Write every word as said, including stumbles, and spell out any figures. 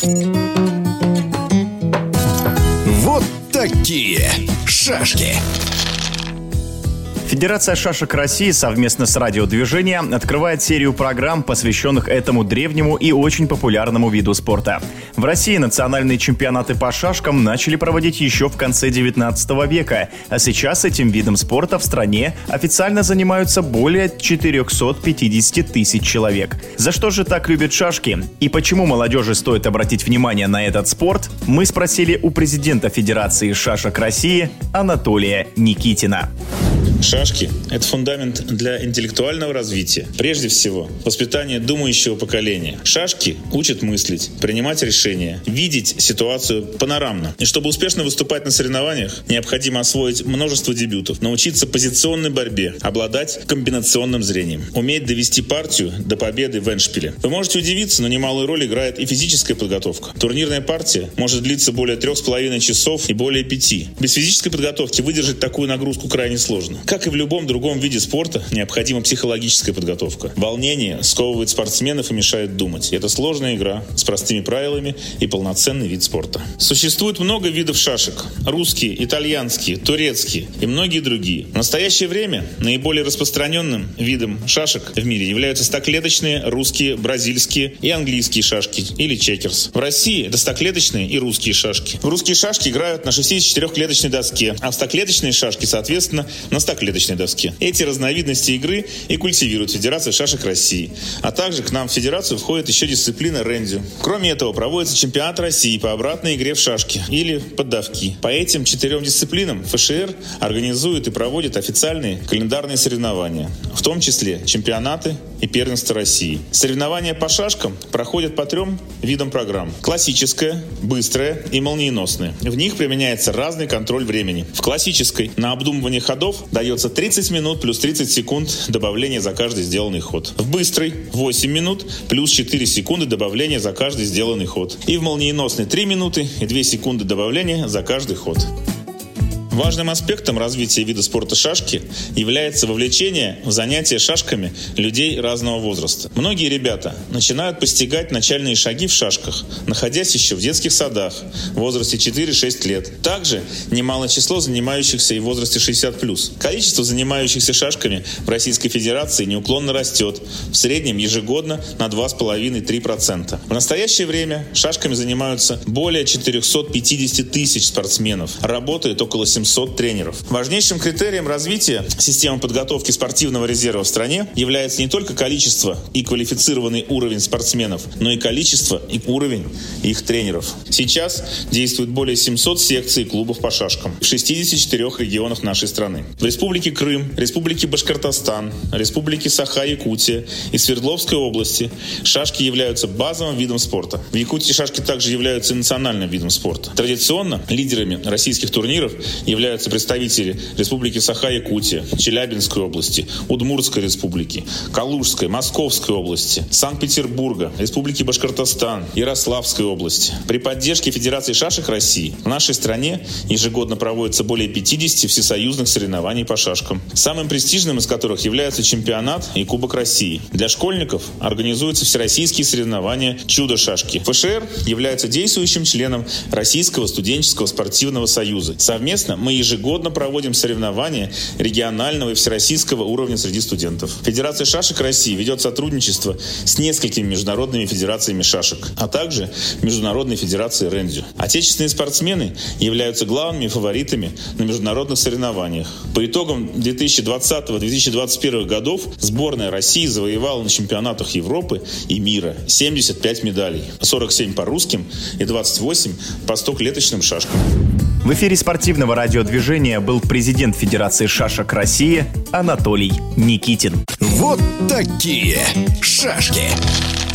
Вот такие шашки. Федерация шашек России совместно с радиодвижением открывает серию программ, посвященных этому древнему и очень популярному виду спорта. В России национальные чемпионаты по шашкам начали проводить еще в конце девятнадцатого века, а сейчас этим видом спорта в стране официально занимаются более четыреста пятьдесят тысяч человек. За что же так любят шашки? И почему молодежи стоит обратить внимание на этот спорт, мы спросили у президента Федерации шашек России Анатолия Никитина. Шашки – это фундамент для интеллектуального развития. Прежде всего, воспитание думающего поколения. Шашки учат мыслить, принимать решения, видеть ситуацию панорамно. И чтобы успешно выступать на соревнованиях, необходимо освоить множество дебютов, научиться позиционной борьбе, обладать комбинационным зрением, уметь довести партию до победы в эндшпиле. Вы можете удивиться, но немалую роль играет и физическая подготовка. Турнирная партия может длиться более трех с половиной часов и более пяти. Без физической подготовки выдержать такую нагрузку крайне сложно. Как и в любом другом виде спорта, необходима психологическая подготовка. Волнение сковывает спортсменов и мешает думать. Это сложная игра с простыми правилами и полноценный вид спорта. Существует много видов шашек. Русские, итальянские, турецкие и многие другие. В настоящее время наиболее распространенным видом шашек в мире являются стоклеточные, русские, бразильские и английские шашки или чекерс. В России это стоклеточные и русские шашки. В русские шашки играют на шестидесятичетырёхклеточной доске, а в стоклеточные шашки, соответственно, на стоклеточной доске. Эти разновидности игры и культивирует Федерация шашек России. А также к нам в Федерацию входит еще дисциплина рендю. Кроме этого, проводится чемпионат России по обратной игре в шашки или поддавки. По этим четырем дисциплинам ФШР организует и проводит официальные календарные соревнования, в том числе чемпионаты и первенство России. Соревнования по шашкам проходят по трем видам программ. Классическая, быстрая и молниеносная. В них применяется разный контроль времени. В классической на обдумывание ходов дается тридцать минут плюс тридцать секунд добавления за каждый сделанный ход. В быстрой восемь минут плюс четыре секунды добавления за каждый сделанный ход. И в молниеносной три минуты и две секунды добавления за каждый ход. Важным аспектом развития вида спорта шашки является вовлечение в занятия шашками людей разного возраста. Многие ребята начинают постигать начальные шаги в шашках, находясь еще в детских садах в возрасте четыре-шесть лет. Также немалое число занимающихся и в возрасте шестьдесят плюс. Количество занимающихся шашками в Российской Федерации неуклонно растет, в среднем ежегодно на два с половиной - три процента. В настоящее время шашками занимаются более четыреста пятьдесят тысяч спортсменов, работает около семьсот тренеров. Важнейшим критерием развития системы подготовки спортивного резерва в стране является не только количество и квалифицированный уровень спортсменов, но и количество и уровень их тренеров. Сейчас действует более семьсот секций и клубов по шашкам в шестидесяти четырёх регионах нашей страны. В Республике Крым, Республике Башкортостан, Республике Саха-Якутия и Свердловской области шашки являются базовым видом спорта. В Якутии шашки также являются национальным видом спорта. Традиционно лидерами российских турниров являются являются представители Республики Саха-Якутия, Челябинской области, Удмуртской республики, Калужской, Московской области, Санкт-Петербурга, Республики Башкортостан, Ярославской области. При поддержке Федерации шашек России в нашей стране ежегодно проводится более пятидесяти всесоюзных соревнований по шашкам, самым престижным из которых является чемпионат и Кубок России. Для школьников организуются всероссийские соревнования «Чудо-шашки». ФШР является действующим членом Российского студенческого спортивного союза. Совместно мы ежегодно проводим соревнования регионального и всероссийского уровня среди студентов. Федерация шашек России ведет сотрудничество с несколькими международными федерациями шашек, а также Международной федерацией рендю. Отечественные спортсмены являются главными фаворитами на международных соревнованиях. По итогам две тысячи двадцатого - две тысячи двадцать первого годов сборная России завоевала на чемпионатах Европы и мира семьдесят пять медалей, сорок семь по русским и двадцать восемь по стоклеточным шашкам. В эфире спортивного радиодвижения был президент Федерации шашек России Анатолий Никитин. Вот такие шашки.